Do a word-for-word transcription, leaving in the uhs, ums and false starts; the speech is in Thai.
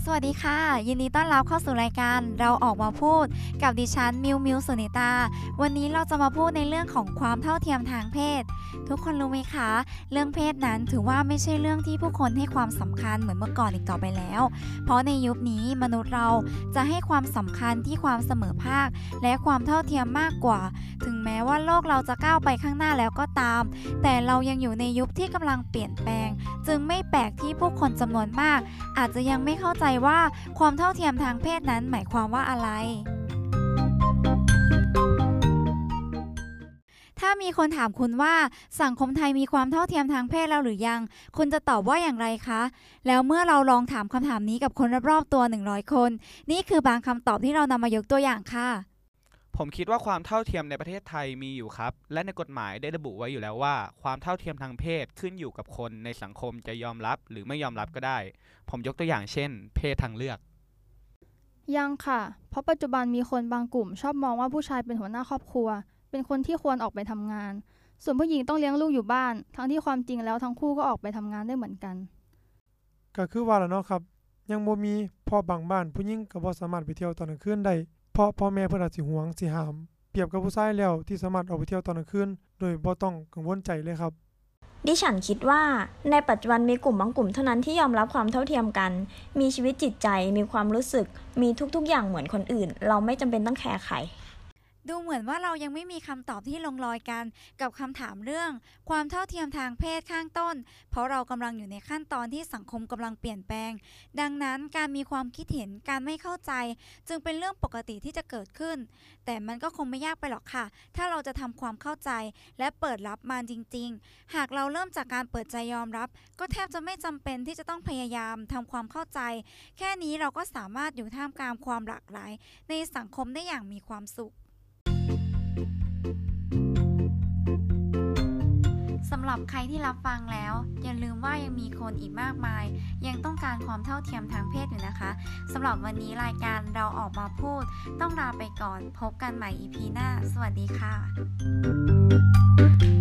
วัสดีค่ะยินดีต้อนรับเข้าสู่รายการเราออกมาพูดกับดิฉันมิวมิวสุนิตาวันนี้เราจะมาพูดในเรื่องของความเท่าเทียมทางเพศทุกคนรู้ไหมคะเรื่องเพศนั้นถือว่าไม่ใช่เรื่องที่ผู้คนให้ความสำคัญเหมือนเมื่อก่อนอีกต่อไปแล้วเพราะในยุคนี้มนุษย์เราจะให้ความสำคัญที่ความเสมอภาคและความเท่าเทียมมากกว่าถึงแม้ว่าโลกเราจะก้าวไปข้างหน้าแล้วก็ตามแต่เรายังอยู่ในยุคที่กำลังเปลี่ยนแปลงจึงไม่แปลกที่ผู้คนจำนวนมากอาจจะยังไม่เข้าใจว่าความเท่าเทียมทางเพศนั้นหมายความว่าอะไรถ้ามีคนถามคุณว่าสังคมไทยมีความเท่าเทียมทางเพศแล้วหรือยังคุณจะตอบว่าอย่างไรคะแล้วเมื่อเราลองถามคำถามนี้กับคนรอบๆตัวหนึ่งร้อยคนนี่คือบางคำตอบที่เรานำมายกตัวอย่างค่ะผมคิดว่าความเท่าเทียมในประเทศไทยมีอยู่ครับและในกฎหมายได้ระบุไว้อยู่แล้วว่าความเท่าเทียมทางเพศขึ้นอยู่กับคนในสังคมจะยอมรับหรือไม่ยอมรับก็ได้ผมยกตัวอย่างเช่นเพศทางเลือกยังค่ะเพราะปัจจุบันมีคนบางกลุ่มชอบมองว่าผู้ชายเป็นหัวหน้าครอบครัวเป็นคนที่ควรออกไปทำงานส่วนผู้หญิงต้องเลี้ยงลูกอยู่บ้านทั้งที่ความจริงแล้วทั้งคู่ก็ออกไปทำงานได้เหมือนกันก็คือว่าล่ะเนาะครับยังบ่มีพ่อบางบ้านผู้หญิงก็บ่สามารถไปเที่ยวตอนกลางคืนได้เพราะพ่อแม่เพิ่นอาจสิหวงสิห้ามเปรียบกับผู้ชายแล้วที่สามารถออกไปเที่ยวตอนกลางคืนโดยบ่ต้องกังวลใจเลยครับดิฉันคิดว่าในปัจจุบันมีกลุ่มบางกลุ่มเท่านั้นที่ยอมรับความเท่าเทียมกันมีชีวิตจิตใจมีความรู้สึกมีทุกๆอย่างเหมือนคนอื่นเราไม่จำเป็นต้องแคร์ใครดูเหมือนว่าเรายังไม่มีคำตอบที่ลงรอยกันกับคำถามเรื่องความเท่าเทียมทางเพศข้างต้นเพราะเรากำลังอยู่ในขั้นตอนที่สังคมกำลังเปลี่ยนแปลงดังนั้นการมีความคิดเห็นการไม่เข้าใจจึงเป็นเรื่องปกติที่จะเกิดขึ้นแต่มันก็คงไม่ยากไปหรอกค่ะถ้าเราจะทำความเข้าใจและเปิดรับมันจริงๆหากเราเริ่มจากการเปิดใจยอมรับก็แทบจะไม่จำเป็นที่จะต้องพยายามทำความเข้าใจแค่นี้เราก็สามารถอยู่ท่ามกลางความหลากหลายในสังคมได้อย่างมีความสุขสำหรับใครที่รับฟังแล้วอย่าลืมว่ายังมีคนอีกมากมายยังต้องการความเท่าเทียมทางเพศอยู่นะคะสำหรับวันนี้รายการเราออกมาพูดต้องลาไปก่อนพบกันใหม่ อี พี หน้าสวัสดีค่ะ